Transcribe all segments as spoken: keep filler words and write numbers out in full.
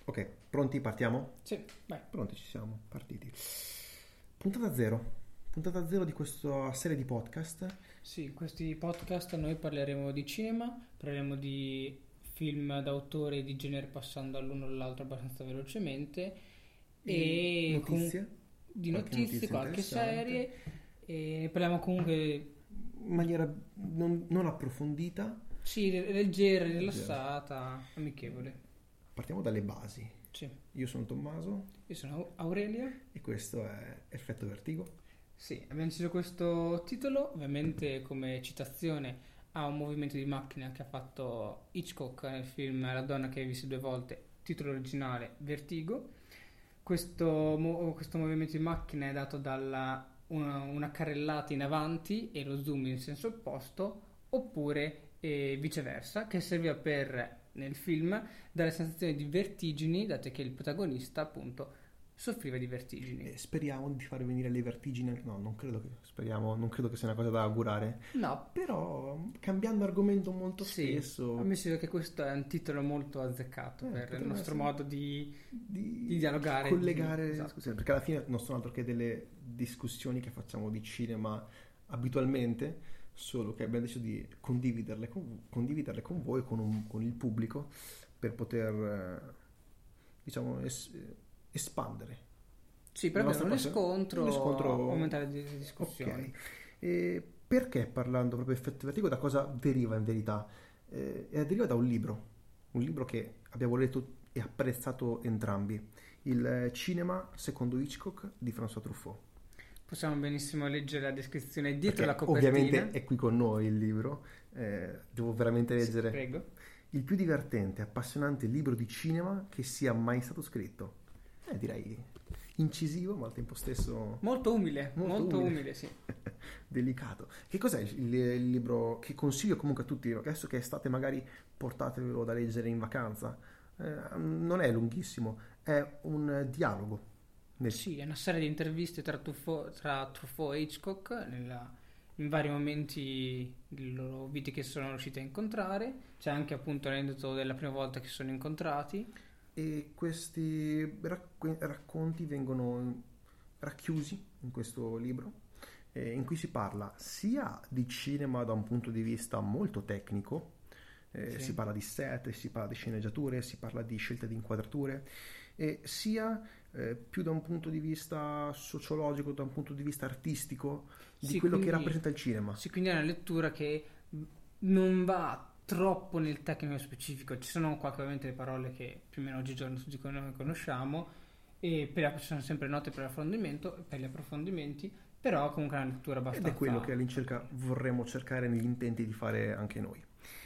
Ok, pronti? Partiamo? Sì, vai. Pronti, ci siamo, partiti. Puntata zero. Puntata zero di questa serie di podcast. Sì, in questi podcast noi parleremo di cinema, parleremo di film d'autore di genere passando all'uno all'altro abbastanza velocemente E e notizie? com- di Qualche notizie, notizia qualche interessante. serie e parliamo comunque, In maniera non, non approfondita. sì, leggera, rilassata, amichevole. Partiamo dalle basi. Sì. Io sono Tommaso Io sono Aurelia. e questo è Effetto Vertigo. Sì, abbiamo deciso questo titolo ovviamente come citazione a un movimento di macchina che ha fatto Hitchcock nel film La donna che hai visto due volte, titolo originale Vertigo. Questo, mo- questo movimento di macchina è dato dalla una, una carrellata in avanti e lo zoom in senso opposto, oppure eh, viceversa, che serviva per nel film dare sensazione di vertigini, dato che il protagonista appunto soffriva di vertigini. E speriamo di far venire le vertigini. No, non credo che, speriamo, non credo che sia una cosa da augurare. No, Però, cambiando argomento molto sì, spesso, a me si vede che questo è un titolo molto azzeccato Eh, per il potrebbe nostro essere- modo di, di, di dialogare, collegare di- le esatto. discussioni, perché alla fine non sono altro che delle discussioni che facciamo di cinema abitualmente, solo che abbiamo deciso di condividerle con, condividerle con voi, con, un- con il pubblico, per poter, eh, diciamo, es- espandere Sì, per la avere nostra un passione. riscontro, Un riscontro- aumentare le discussioni. Ok. E perché parlando proprio di effetto vertigo, da cosa deriva in verità? Eh, e deriva da un libro, un libro che abbiamo letto e apprezzato entrambi, Il cinema secondo Hitchcock di François Truffaut. Possiamo benissimo leggere la descrizione dietro Perché la copertina. ovviamente è qui con noi il libro, eh, devo veramente Sì, leggere. prego. Il più divertente e appassionante libro di cinema che sia mai stato scritto. Eh, direi incisivo, ma al tempo stesso Molto umile, Molto molto, umile. umile, sì. delicato. Che cos'è il, il libro che consiglio comunque a tutti? Adesso che è estate, magari portatevelo da leggere in vacanza. Eh, non è lunghissimo, è un dialogo. Nel- Sì, è una serie di interviste tra Truffaut, tra Truffaut e Hitchcock nella- in vari momenti delle loro vite che sono riusciti a incontrare. C'è anche appunto l'aneddoto della prima volta che sono incontrati. E questi racco- racconti vengono racchiusi in questo libro, eh, in cui si parla sia di cinema da un punto di vista molto tecnico, eh, Sì. si parla di set, si parla di sceneggiature, si parla di scelte di inquadrature, e sia eh, più da un punto di vista sociologico, da un punto di vista artistico, di Sì, quello che quindi- rappresenta il cinema. Sì, quindi è una lettura che non va troppo nel tecnico specifico. Ci sono qua ovviamente le parole che più o meno oggigiorno tutti con- noi conosciamo, e per, ci sono sempre note per l'approfondimento, per gli approfondimenti, però comunque è una lettura Ed abbastanza... è quello che all'incirca vorremmo cercare negli intenti di fare anche noi.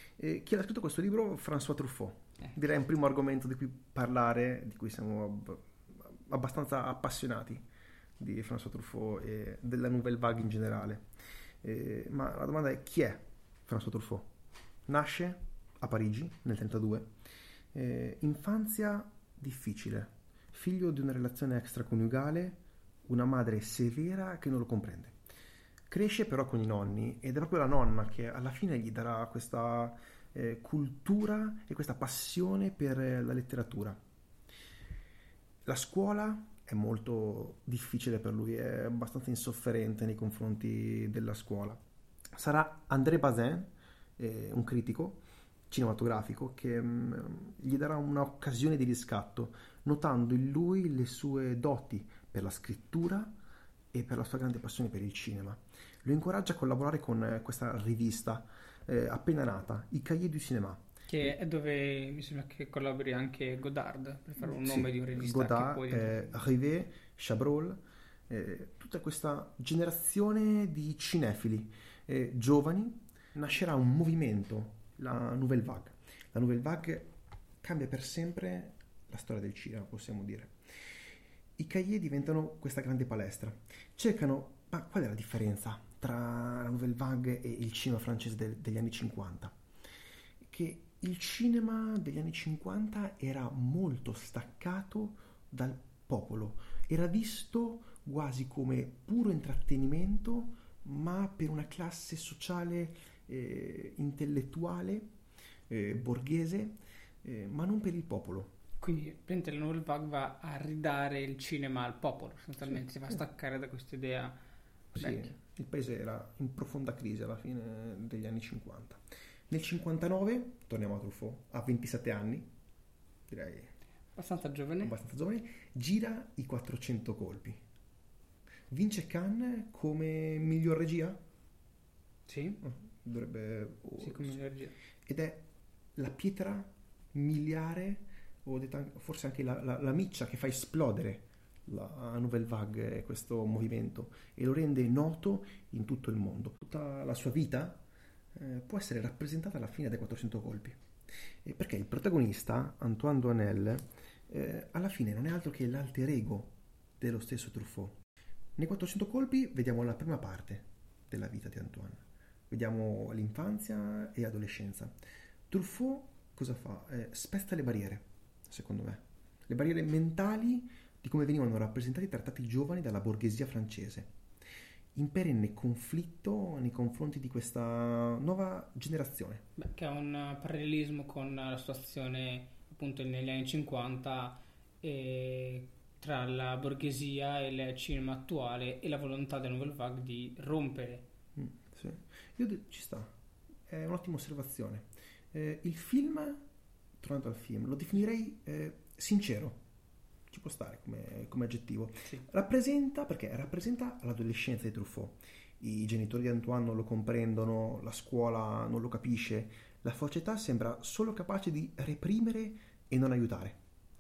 E chi ha scritto questo libro? François Truffaut. Eh. Direi un primo argomento di cui parlare, di cui siamo ab- abbastanza appassionati, di François Truffaut e della Nouvelle Vague in generale. Eh, ma la domanda è: chi è François Truffaut? Nasce a Parigi nel trentadue, eh, infanzia difficile, figlio di una relazione extraconiugale, una madre severa che non lo comprende. Cresce però con i nonni ed è proprio la nonna che alla fine gli darà questa eh, cultura e questa passione per eh, la letteratura. La scuola è molto difficile per lui, è abbastanza insofferente nei confronti della scuola. Sarà André Bazin, eh, un critico cinematografico, che mh, gli darà un'occasione di riscatto, notando in lui le sue doti per la scrittura e per la sua grande passione per il cinema. Lo incoraggia a collaborare con eh, questa rivista eh, appena nata, i Cahiers du Cinéma. Che è dove mi sembra che collabori anche Godard, per fare un Sì, nome di un regista Godard, che può eh, Rivet, Chabrol, eh, tutta questa generazione di cinefili eh, giovani. Nascerà un movimento, la Nouvelle Vague. La Nouvelle Vague cambia per sempre la storia del cinema, possiamo dire. I Cahiers diventano questa grande palestra. Cercano, ma qual è la differenza tra la Nouvelle Vague e il cinema francese del- degli anni cinquanta? Che il cinema degli anni cinquanta era molto staccato dal popolo, era visto quasi come puro intrattenimento, ma per una classe sociale eh, intellettuale, eh, borghese, eh, ma non per il popolo. Quindi praticamente la Nouvelle Vague va a ridare il cinema al popolo, sostanzialmente Sì, si va a sì. staccare da questa idea Sì, vecchia. il paese era in profonda crisi alla fine degli anni cinquanta. Nel cinquantanove, torniamo a Truffaut, a ventisette anni, direi Abbastanza giovane. abbastanza giovane, gira i quattrocento colpi. Vince Cannes come miglior regia? Sì, Oh, dovrebbe... oh, sì, come energia. ed è la pietra miliare, o detta forse anche la, la- la miccia che fa esplodere la Nouvelle Vague, e questo movimento, e lo rende noto in tutto il mondo. Tutta la sua vita eh, può essere rappresentata alla fine dai quattrocento colpi. E perché il protagonista, Antoine Doinel, eh, alla fine non è altro che l'alter ego dello stesso Truffaut. Nei quattrocento colpi vediamo la prima parte della vita di Antoine. Vediamo l'infanzia e l'adolescenza. Truffaut cosa fa? Eh, spezza le barriere, secondo me. Le barriere mentali di come venivano rappresentati e trattati i giovani dalla borghesia francese, in perenne conflitto nei confronti di questa nuova generazione. Beh, che ha un eh, parallelismo con la situazione appunto negli anni cinquanta e tra la borghesia e il cinema attuale e la volontà della Nouvelle Vague di rompere. Mm, sì. Io de- ci sta, è un'ottima osservazione. Eh, il film, tornando al film, lo definirei eh, sincero, ci può stare come, come aggettivo. Sì. Rappresenta, perché rappresenta l'adolescenza di Truffaut. I genitori di Antoine non lo comprendono, la scuola non lo capisce, la società sembra solo capace di reprimere e non aiutare.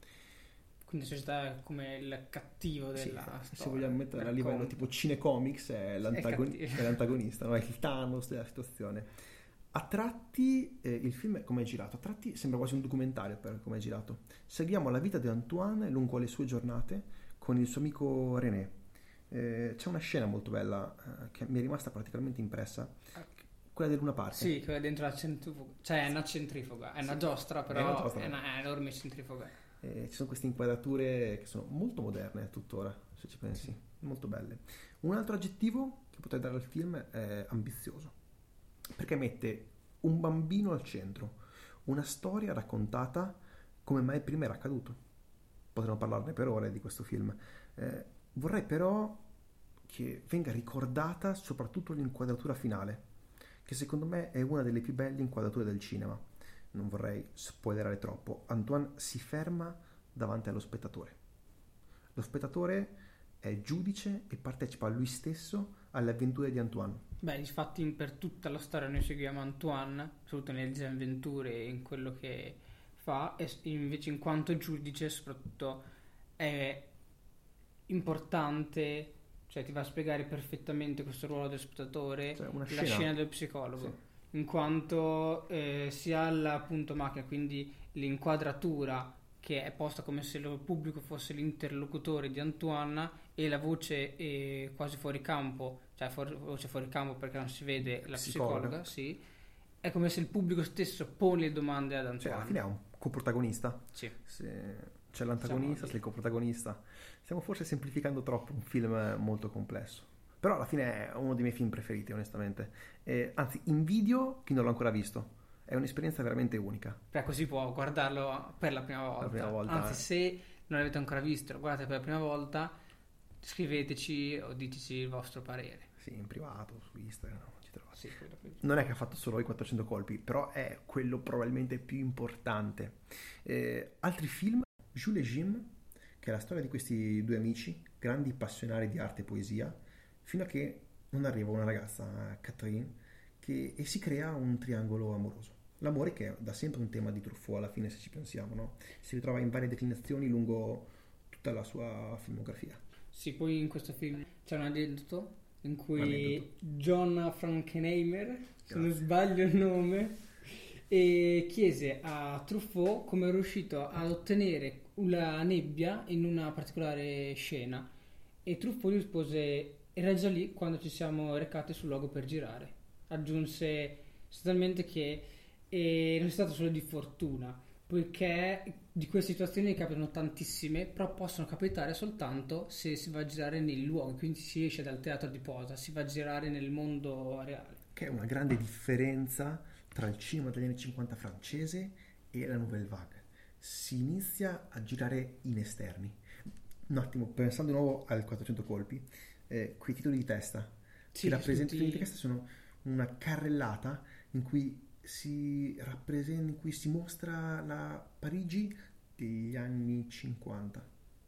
Quindi la società è come il cattivo Sì, della se storia. vogliamo mettere a del livello racconto. tipo cinecomics è, l'antagoni- cattivo. è l'antagonista, no? È il Thanos della situazione. A tratti eh, il film come è girato? A tratti sembra quasi un documentario per come è girato. Seguiamo la vita di Antoine lungo le sue giornate con il suo amico René. Eh, c'è una scena molto bella eh, che mi è rimasta particolarmente impressa, quella del Luna Park. Sì, quella dentro la centrifuga. Cioè è una centrifuga, è una giostra, però È una giostra. è una enorme centrifuga. Eh, ci sono queste inquadrature che sono molto moderne tuttora, se ci pensi, Sì. molto belle. Un altro aggettivo che potrei dare al film è ambizioso, perché mette un bambino al centro, una storia raccontata come mai prima era accaduto. Potremmo parlarne per ore di questo film. Eh, vorrei però che venga ricordata soprattutto l'inquadratura finale, che secondo me è una delle più belle inquadrature del cinema. Non vorrei spoilerare troppo. Antoine si ferma davanti allo spettatore. Lo spettatore è giudice e partecipa lui stesso alle avventure di Antoine. Beh, infatti per tutta la storia noi seguiamo Antoine, soprattutto nelle disavventure e in quello che fa, e invece in quanto giudice soprattutto è importante, cioè ti va a spiegare perfettamente questo ruolo del spettatore, Cioè, una la scena- scena del psicologo. Sì. In quanto eh, si ha la appunto macchina, quindi l'inquadratura che è posta come se il pubblico fosse l'interlocutore di Antoine e la voce è quasi fuori campo, cioè fuori, voce fuori campo perché non si vede la Psicologa. psicologa, sì, è come se il pubblico stesso pone le domande ad Cioè, Antoine. alla fine è un coprotagonista. Sì. Se c'è l'antagonista, Siamo- c'è il coprotagonista. Stiamo forse semplificando troppo un film molto complesso. Però alla fine è uno dei miei film preferiti, onestamente. Eh, anzi, in video, chi non l'ha ancora visto, è un'esperienza veramente unica. Beh, così può guardarlo per la prima volta. prima volta, Anzi, eh. se non l'avete ancora visto, lo guardate per la prima volta, scriveteci o diteci il vostro parere. Sì, in privato, su Instagram, ci trovate. Sì, quello che- Non è che ha fatto solo i quattrocento colpi, però è quello probabilmente più importante. Eh, altri film, Jules et Jim, che è la storia di questi due amici, grandi passionari di arte e poesia, fino a che non arriva una ragazza, Catherine, che, e si crea un triangolo amoroso. L'amore che è da sempre un tema di Truffaut alla fine, se ci pensiamo, no? Si ritrova in varie declinazioni lungo tutta la sua filmografia. Sì, poi in questo film c'è un aneddoto in cui Aneddoto. John Frankenheimer, se non Grazie. sbaglio il nome, e chiese a Truffaut come è riuscito ad ottenere la nebbia in una particolare scena e Truffaut gli rispose era già lì quando ci siamo recati sul luogo per girare. Aggiunse sostanzialmente che eh, non è stato solo di fortuna, poiché di queste situazioni ne capitano tantissime, però possono capitare soltanto se si va a girare nei luoghi, quindi si esce dal teatro di posa, si va a girare nel mondo reale. Che è una grande differenza tra il cinema degli anni cinquanta francese e la Nouvelle Vague. si inizia a girare in esterni. Un attimo, pensando di nuovo al quattrocento colpi, eh, quei titoli di testa Sì, che rappresentano tutti- i titoli di testa sono una carrellata in cui si rappresenta, in cui si mostra la Parigi degli anni cinquanta.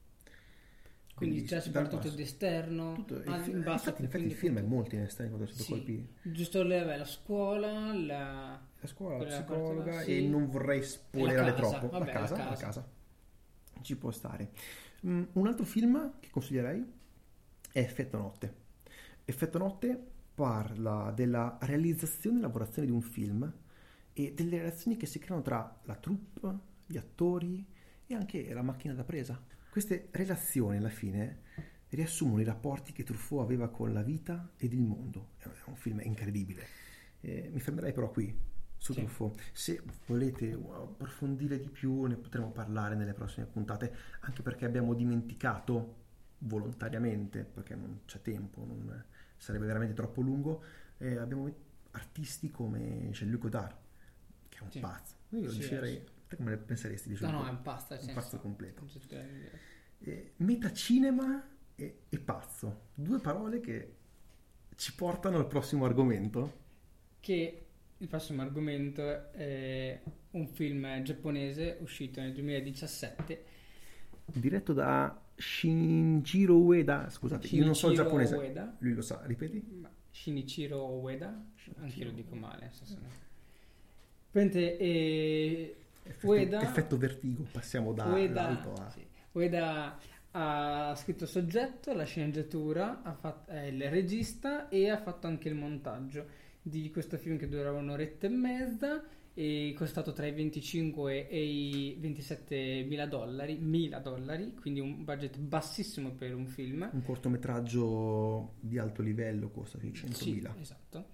quindi già Bellissimo, si dal parte tutto basso. d'esterno, Tutto, ah, il- in basso, infatti, infatti il quindi film è appunto- molto in esterni quattrocento Sì, colpi. giusto lì, vabbè, la scuola, la... La scuola, la quella parte psicologa là, e sì. non vorrei spoilerare E la casa, troppo. vabbè, la casa, la la casa. casa. Ci può stare. Mm, un altro film che consiglierei è Effetto Notte. Effetto Notte parla della realizzazione e lavorazione di un film e delle relazioni che si creano tra la troupe, gli attori e anche la macchina da presa. Queste relazioni alla fine riassumono i rapporti che Truffaut aveva con la vita ed il mondo. È un film incredibile. Eh, mi fermerei però qui su Sì. Truffaut. Se volete approfondire di più ne potremo parlare nelle prossime puntate, anche perché abbiamo dimenticato volontariamente, perché non c'è tempo, non sarebbe veramente troppo lungo, eh, abbiamo artisti come Jean-Luc Godard, che è un Sì. pazzo. Io Sì, dicerei, adesso. te come ne penseresti di No, Jean-Luc no, è un Godard? pasta, nel Un senso... pazzo completo. non c'è tutta la idea. Eh, metacinema e, e pazzo, due parole che ci portano al prossimo argomento. Che il prossimo argomento è un film giapponese uscito nel duemiladiciassette. Diretto da Shinjiro Ueda. Scusate, io non so il Shinichiro giapponese. Ueda. Lui lo sa, ripeti? Ma- Shinichiro Ueda, anche io lo dico male. nel senso no. Praticamente, eh, Effetto, Ueda, effetto vertigo, passiamo da Ueda, l'alto a... sì. Ueda ha scritto il soggetto, la sceneggiatura, ha fatto, è il regista e ha fatto anche il montaggio di questo film che durava un'oretta e mezza e costato tra i venticinque e i ventisette mila dollari, mila dollari, quindi un budget bassissimo per un film. Un cortometraggio di alto livello costa sui centomila. Sì, esatto.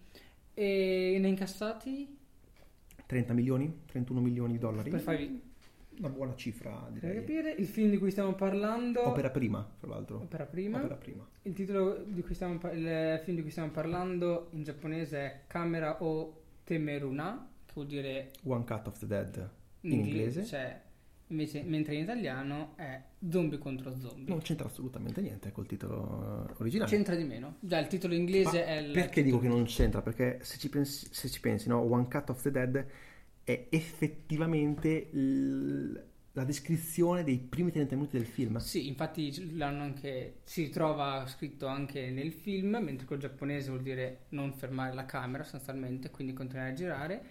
E ne ha incassati, trenta milioni? trentuno milioni di dollari? per farvi Una buona cifra, per direi. capire, il film di cui stiamo parlando... Opera prima, tra l'altro. Opera prima. Opera prima. Il titolo di cui stiamo par- il film di cui stiamo parlando in giapponese è Kamera o Temeruna, che vuol dire One Cut of the Dead in, in inglese. inglese, cioè, invece, mentre in italiano è Zombie contro zombie. Non c'entra assolutamente niente col titolo eh, originale. C'entra di meno. Già il titolo inglese Ma è il perché dico che titolo- non c'entra? Perché se ci pensi, se ci pensi, no? One Cut of the Dead è effettivamente l- la descrizione dei primi trenta minuti del film. Sì, infatti l'hanno anche, si ritrova scritto anche nel film, mentre col giapponese vuol dire non fermare la camera sostanzialmente, quindi continuare a girare.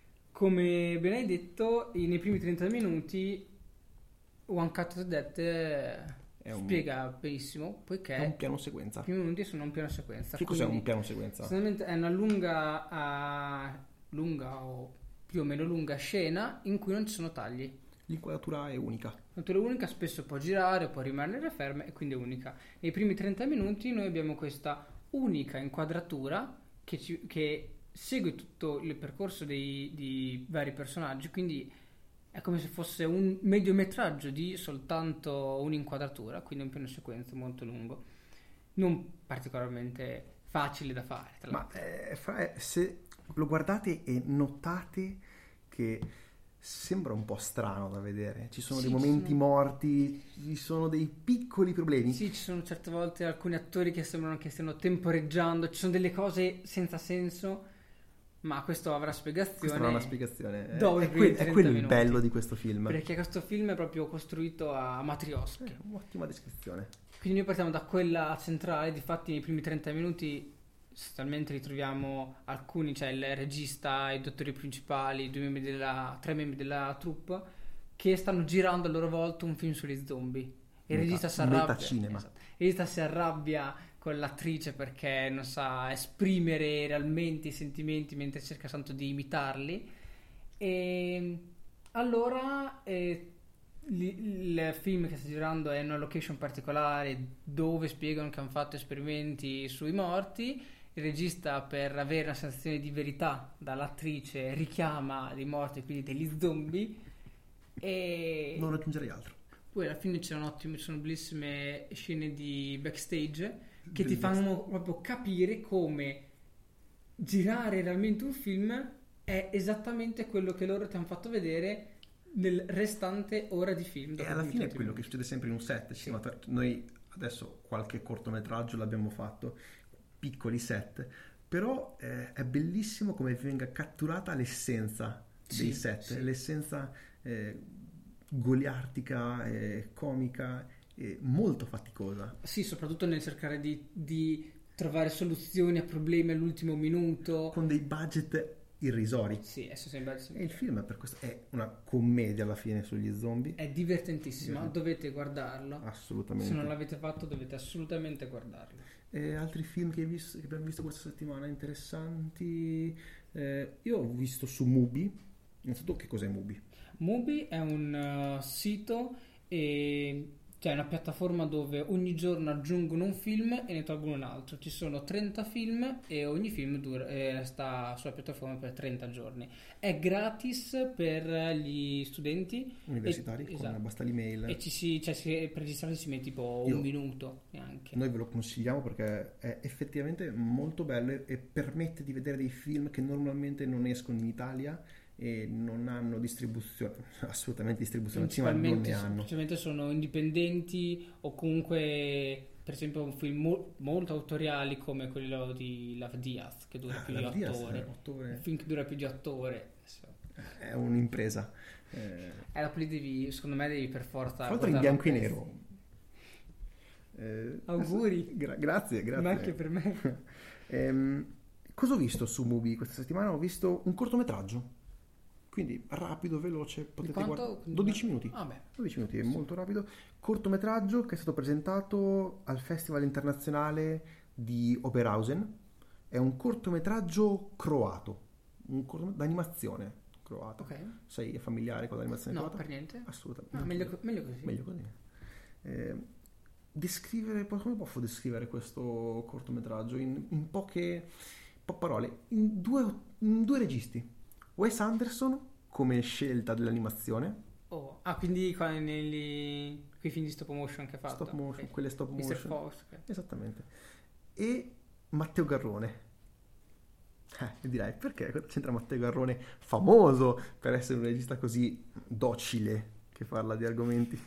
Come ben hai detto, i- nei primi trenta minuti One Cut of the Dead eh, È un, spiega benissimo, poiché è un piano sequenza. i primi minuti sono un piano sequenza. Che cos'è quindi un piano sequenza? sostanzialmente è una lunga, ah, lunga o più o meno lunga scena in cui non ci sono tagli. L'inquadratura è unica. Natura unica spesso può girare, può rimanere ferma e quindi è unica. Nei primi trenta minuti noi abbiamo questa unica inquadratura che, ci- che segue tutto il percorso dei, di vari personaggi, quindi è come se fosse un mediometraggio di soltanto un'inquadratura, quindi un piano sequenza molto lungo, non particolarmente facile da fare. Tra Ma l'altro. eh, fra- eh, se lo guardate e notate che sembra un po' strano da vedere. Ci sono Sì, dei ci momenti sono- morti, ci sono dei piccoli problemi. Sì, ci sono certe volte alcuni attori che sembrano che stiano temporeggiando, ci sono delle cose senza senso, ma questo avrà spiegazione. Questa non è una spiegazione. È, dopo i è, primi quel- è trenta quello il minuti. bello di questo film. Perché questo film è proprio costruito a matriosche. Eh, un'ottima descrizione. Quindi noi partiamo da quella centrale, difatti nei primi trenta minuti sostanzialmente ritroviamo alcuni, cioè il regista, i dottori principali, i due membri della, tre membri della troupe che stanno girando a loro volta un film sugli zombie. Il Meta- regista si arrabbia, metacinema. esatto. Il regista si arrabbia con l'attrice perché non sa esprimere realmente i sentimenti mentre cerca tanto di imitarli. E allora eh, li- il film che sta girando è in una location particolare dove spiegano che hanno fatto esperimenti sui morti. Il regista, per avere una sensazione di verità dall'attrice, richiama dei morti, quindi degli zombie. E Non aggiungerei altro. poi alla fine c'erano ottime, ci sono bellissime scene di backstage che ti Bellissime. fanno proprio capire come girare realmente un film è esattamente quello che loro ti hanno fatto vedere nel restante ora di film. E alla fine è quello che succede sempre in un set cinematografico. Noi adesso qualche cortometraggio l'abbiamo fatto, piccoli set, però eh, è bellissimo come venga catturata l'essenza dei Sì, set, sì. l'essenza eh, goliardica, eh, comica, e molto faticosa. Sì, soprattutto nel cercare di, di trovare soluzioni a problemi all'ultimo minuto. Con dei budget irrisori. Sì, adesso sembra... E il film per questo è una commedia alla fine sugli zombie. È divertentissimo, Sì. dovete guardarlo. Assolutamente. Se non l'avete fatto dovete assolutamente guardarlo. E altri film che, hai visto, che abbiamo visto questa settimana interessanti? Eh, io ho visto su Mubi. Innanzitutto, che cos'è Mubi? Mubi è un uh, sito e cioè una piattaforma dove ogni giorno aggiungono un film e ne tolgono un altro. Ci sono trenta film e ogni film dura, eh, sta sulla piattaforma per trenta giorni. È gratis per gli studenti Universitari, e, con esatto. basta l'email. E ci si, cioè, si, per registrarsi si mette tipo Io- un minuto neanche. Noi ve lo consigliamo perché è effettivamente molto bello e- e permette di vedere dei film che normalmente non escono in Italia e non hanno distribuzione, assolutamente distribuzione al cinema non Principalmente, ne hanno. semplicemente sono indipendenti o comunque per esempio un film mo- molto autoriali come quello di Love Diaz che dura Ah, più la di Diaz, otto ore. eh, otto ore. Un film che dura più di otto ore. Adesso- È un'impresa. Eh, E dopo lì devi, secondo me devi per forza tra l'altro in guardarlo bianco e a pezzi. nero. Eh, Auguri. gra- grazie, grazie. Ma anche per me. Ehm, cosa ho visto su Mubi questa settimana? Ho visto un cortometraggio. Quindi rapido, veloce, potete quanto? guardare. dodici minuti. Ah beh. dodici minuti, è molto rapido. Cortometraggio che è stato presentato al Festival Internazionale di Oberhausen. È un cortometraggio croato, un corto d'animazione croata. Ok. Sei familiare con l'animazione No, croata? per niente. Assolutamente. No, meglio, meglio così. Meglio così. Eh, descrivere, come posso descrivere questo cortometraggio in, in poche, po- parole? In due, in due registi. Wes Anderson come scelta dell'animazione, Oh, ah, quindi qua negli quei film di stop motion che ha fatto. stop motion, Ok. quelle stop mister motion. Fox. Ok. Esattamente. E Matteo Garrone. Eh, direi, perché cosa c'entra Matteo Garrone, famoso per essere un regista così docile che parla di argomenti?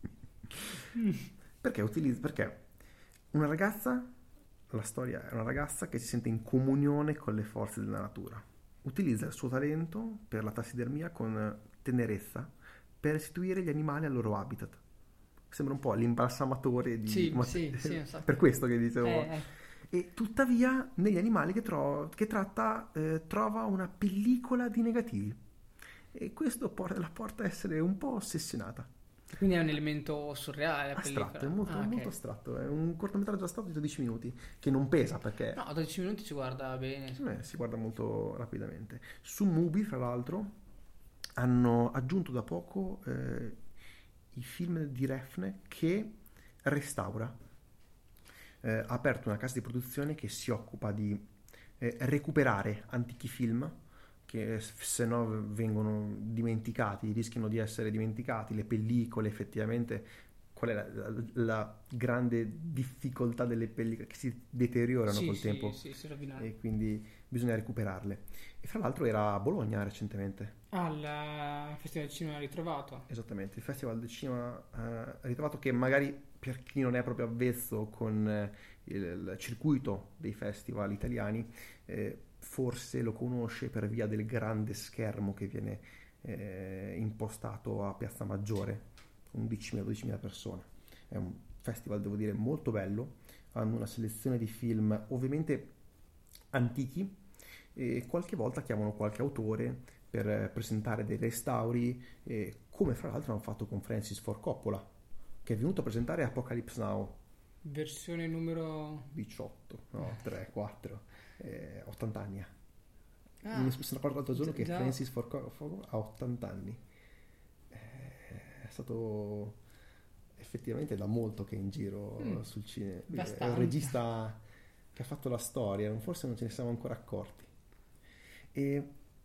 Perché utilizza? Perché una ragazza, la storia è una ragazza che si sente in comunione con le forze della natura. Utilizza il suo talento per la tassidermia con tenerezza per restituire gli animali al loro habitat. Sembra un po' l'imbalsamatore di Sì, Matt- sì, sì, un sacco. per questo che dicevo. Eh, eh. E tuttavia negli animali che, tro- che tratta eh, trova una pellicola di negativi e questo por- la porta a essere un po' ossessionata. Quindi è un elemento surreale la Astratto, pellicola. è molto, Ah, ok. molto astratto, è un cortometraggio astratto di dodici minuti che non pesa perché No, a dodici minuti ci guarda bene. eh, si guarda molto rapidamente. Su Mubi, fra l'altro, hanno aggiunto da poco eh, i film di Refne che restaura. Eh, ha aperto una casa di produzione che si occupa di eh, recuperare antichi film che se no vengono dimenticati, rischiano di essere dimenticati, le pellicole effettivamente, qual è la, la- la grande difficoltà delle pellicole che si deteriorano Sì, col sì, tempo sì, si rovinano. e quindi bisogna recuperarle. E fra l'altro era a Bologna recentemente. Al Festival del Cinema ritrovato. Esattamente, il Festival del Cinema eh, ritrovato che magari per chi non è proprio avvezzo con eh, il, il circuito dei festival italiani eh, forse lo conosce per via del grande schermo che viene eh, impostato a Piazza Maggiore, undicimila dodicimila persone. È un festival, devo dire, molto bello, hanno una selezione di film ovviamente antichi e qualche volta chiamano qualche autore per eh, presentare dei restauri, eh, come fra l'altro hanno fatto con Francis Ford Coppola, che è venuto a presentare Apocalypse Now Versione numero... diciotto, no, tre, quattro, eh, ottanta anni. Ah, Mi sono accorto l'altro giorno che già. Francis Ford Coppola ha ottanta anni. Eh, è stato effettivamente da molto che è in giro Mm, sul cinema. Lui è un abbastanza. regista che ha fatto la storia, forse non ce ne siamo ancora accorti. E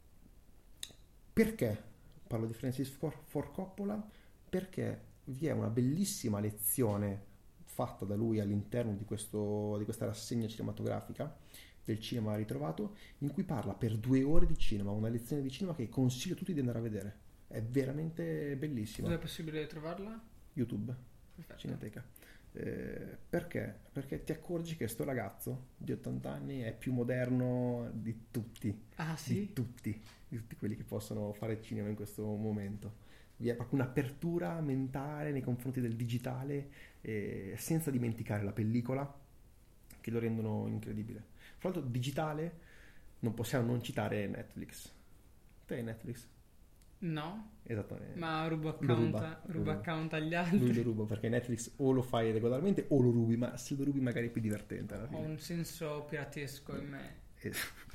perché parlo di Francis Ford Ford Coppola? Perché vi è una bellissima lezione fatta da lui all'interno di, questo, di questa rassegna cinematografica del cinema ritrovato, in cui parla per due ore di cinema, una lezione di cinema che consiglio a tutti di andare a vedere. È veramente bellissima. Dove è possibile trovarla? YouTube, Perfetto. Cineteca. Eh, perché? Perché ti accorgi che sto ragazzo di ottanta anni è più moderno di tutti, Ah, di sì? tutti, di tutti quelli che possono fare cinema in questo momento. Vi è proprio un'apertura mentale nei confronti del digitale, eh, senza dimenticare la pellicola, che lo rendono incredibile. Fra l'altro, digitale non possiamo non citare Netflix. Te hai Netflix? No, Esattamente. ma rubo Lo account, ruba, lo rubo ruba. account agli Lui altri. lo ruba perché Netflix o lo fai regolarmente o lo rubi, ma se lo rubi magari è più divertente alla Ho fine. un senso piratesco in me. E...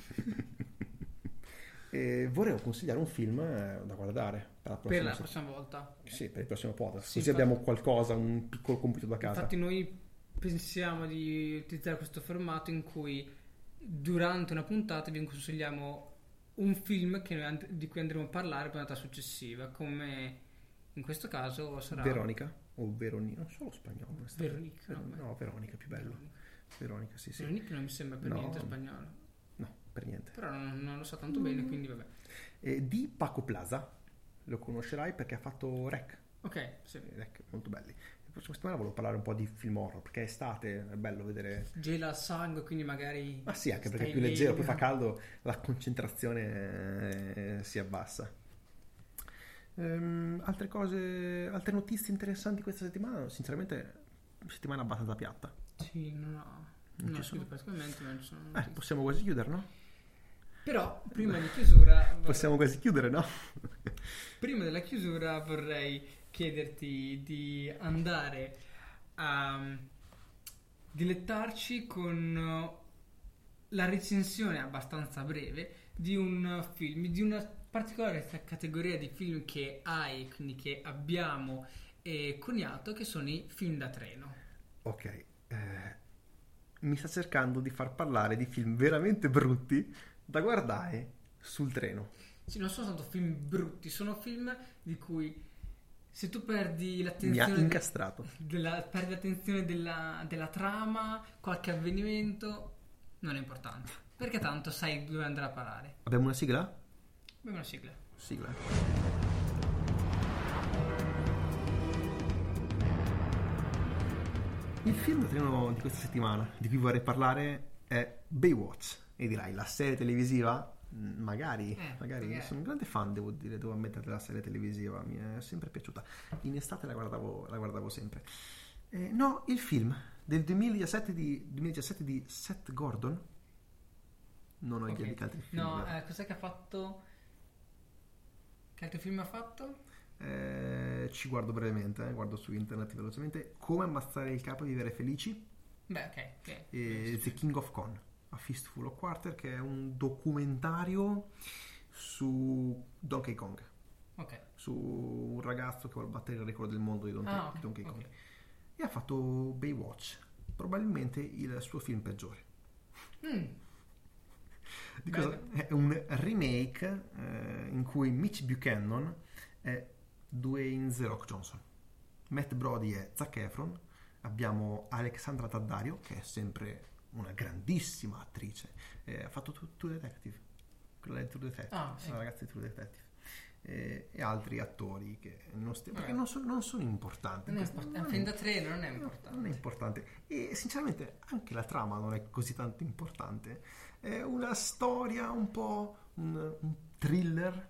e vorrei consigliare un film eh, da guardare per la Per prossima, la se- prossima volta. sì, per il prossimo podcast. Sì, Così infatti- abbiamo qualcosa, un piccolo compito da casa. Infatti noi pensiamo di utilizzare questo formato in cui durante una puntata vi consigliamo un film che noi and- di cui andremo a parlare per la puntata successiva, come in questo caso sarà Veronica o Veronica, non so lo spagnolo. onestamente. Veronica, no, no, Veronica, più bello. Veronica. Veronica, sì, sì. Veronica non mi sembra per No. niente spagnolo, No, per niente. però non, non lo so tanto bene, quindi vabbè. E di Paco Plaza, lo conoscerai perché ha fatto Rec. Ok, sì. Rec, molto belli. La prossima settimana volevo parlare un po' di film horror, perché è estate, è bello vedere. Gela il sangue, quindi magari Ma sì, anche perché è stai più leggero, meglio. poi fa caldo, la concentrazione eh, si abbassa. Ehm, altre cose, altre notizie interessanti questa settimana? Sinceramente, settimana abbastanza piatta. Sì, non ho, Non non ci ho sono. scritto praticamente, ma non ci sono Eh, notizie. possiamo quasi chiudere, no? Però prima di chiusura Possiamo quasi chiudere, no? prima della chiusura vorrei chiederti di andare a mm, dilettarci con uh, la recensione abbastanza breve di un film, di una particolare ca- categoria di film che hai, quindi che abbiamo eh, coniato, che sono i film da treno. Ok, eh, mi sta cercando di far parlare di film veramente brutti da guardare sul treno. Sì, non sono tanto film brutti, sono film di cui se tu perdi Mi ha l'attenzione incastrato. della, perdi l'attenzione della, della trama, qualche avvenimento, non è importante. Perché tanto sai dove andrà a parare. Abbiamo una sigla? Abbiamo una sigla. Sigla. Il film da treno di questa settimana di cui vorrei parlare è Baywatch. E dirai, la serie televisiva? Mm, Magari, Eh, magari. magari. Sono un grande fan, devo dire, devo ammettere, della serie televisiva. Mi è sempre piaciuta. In estate la guardavo, la guardavo sempre. Eh, no, il film del duemiladiciassette di, duemiladiciassette di Seth Gordon. Non ho idea Ok. di che altri film. No, eh, cos'è che ha fatto? Che altro film ha fatto? Eh, ci guardo brevemente, eh, guardo su internet velocemente. Come ammazzare il capo e vivere felici. Beh, ok, ok. E The King of Con, A Fistful of Quarter, che è un documentario su Donkey Kong, Ok. su un ragazzo che vuole battere il record del mondo di Donkey, Ah, ok, di Donkey Kong. ok. E ha fatto Baywatch, probabilmente il suo film peggiore. Mm, Di cosa? Bene. È un remake eh, in cui Mitch Buchanan è Dwayne The Rock Johnson, Matt Brody è Zac Efron, abbiamo Alexandra Daddario che è sempre una grandissima attrice, eh, ha fatto True True Detective, quella di True Detective, Ah, sì. la ragazza di True Detective, eh, e altri attori che non, sti- perché Eh. non, so- non sono importanti. non è Questo- import- è non un film da treno, non è no, importante. non è importante. E sinceramente anche la trama non è così tanto importante. È una storia un po' un, un thriller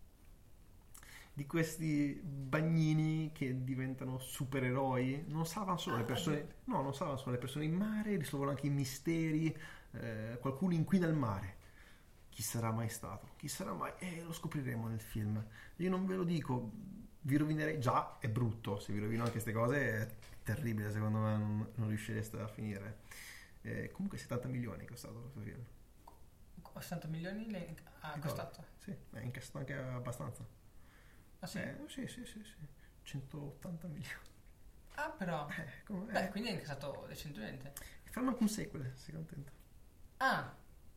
di questi bagnini che diventano supereroi. Non salvano solo Ah, le persone, no, non salvano solo le persone in mare, risolvono anche i misteri. eh, qualcuno inquina il mare. Chi sarà mai stato? Chi sarà mai? Eh, lo scopriremo nel film. Io non ve lo dico, vi rovinerei. Già è brutto, se vi rovino anche queste cose è terribile, secondo me non, non riuscireste a finire. Eh, comunque settanta milioni è costato questo film. sessanta milioni le ha Di costato. Sì, è incassato anche abbastanza. Ah sì? Eh, sì, sì, sì, sì. centottanta milioni. Ah però. Eh, come, Beh, eh, quindi è incassato decentemente. faranno anche un sequel, sei contento? Ah,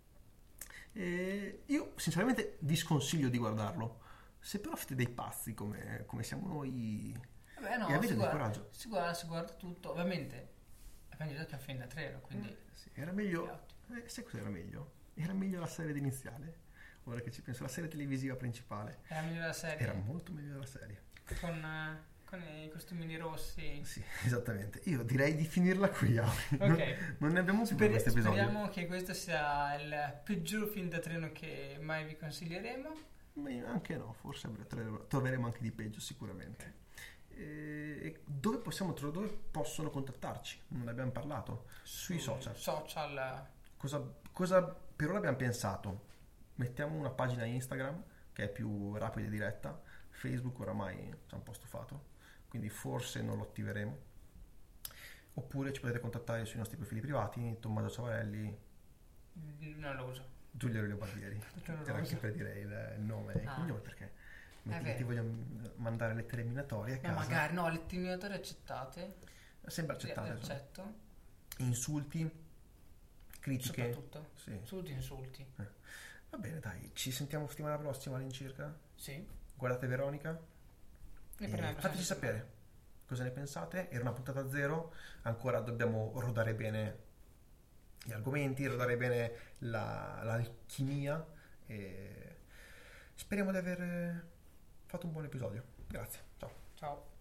Eh, io sinceramente vi sconsiglio di guardarlo. Se però siete dei pazzi come, come siamo noi vabbè no, e avete si del guarda, coraggio. si guarda, si guarda tutto. Ovviamente è meglio che a film da treno, quindi Eh, sì, era è meglio. ottimo. Eh, sai cosa era meglio? Era meglio la serie iniziale. ora che ci penso, la serie televisiva principale Era meglio la serie. era molto meglio della serie. Con, eh, con i costumini rossi. Sì, esattamente. Io direi di finirla qui. Ok. non, non ne abbiamo più per Speri- questo episodio. speriamo che questo sia il peggior film da treno che mai vi consiglieremo. Ma anche no, forse tre- troveremo anche di peggio sicuramente. E e dove possiamo tro- dove possono contattarci? Non ne abbiamo parlato. Sui Su- social. Social. Cosa, cosa per ora abbiamo pensato? Mettiamo una pagina Instagram che è più rapida e diretta. Facebook oramai ci ha un po' stufato, quindi forse non lo attiveremo. Oppure ci potete contattare sui nostri profili privati, Tommaso Ciavarelli, Non lo uso. Giulio Aurelio Barbieri. Non lo Era anche uso. per dire il, il nome e il Ah. cognome, perché metti che vero. ti voglio mandare lettere minatorie a No, casa. magari no, le terminatori accettate. Sembra Sì, accettato. accetto. Insulti, critiche. Soprattutto. Sì. Insulti, insulti. Va bene, dai, ci sentiamo settimana prossima all'incirca. Sì. Guardate Veronica. Ne E parliamo fateci prossima sapere cosa ne pensate. Era una puntata zero, ancora dobbiamo rodare bene gli argomenti, rodare bene la, l'alchimia e speriamo di aver fatto un buon episodio. Grazie, ciao. settimana. Ciao.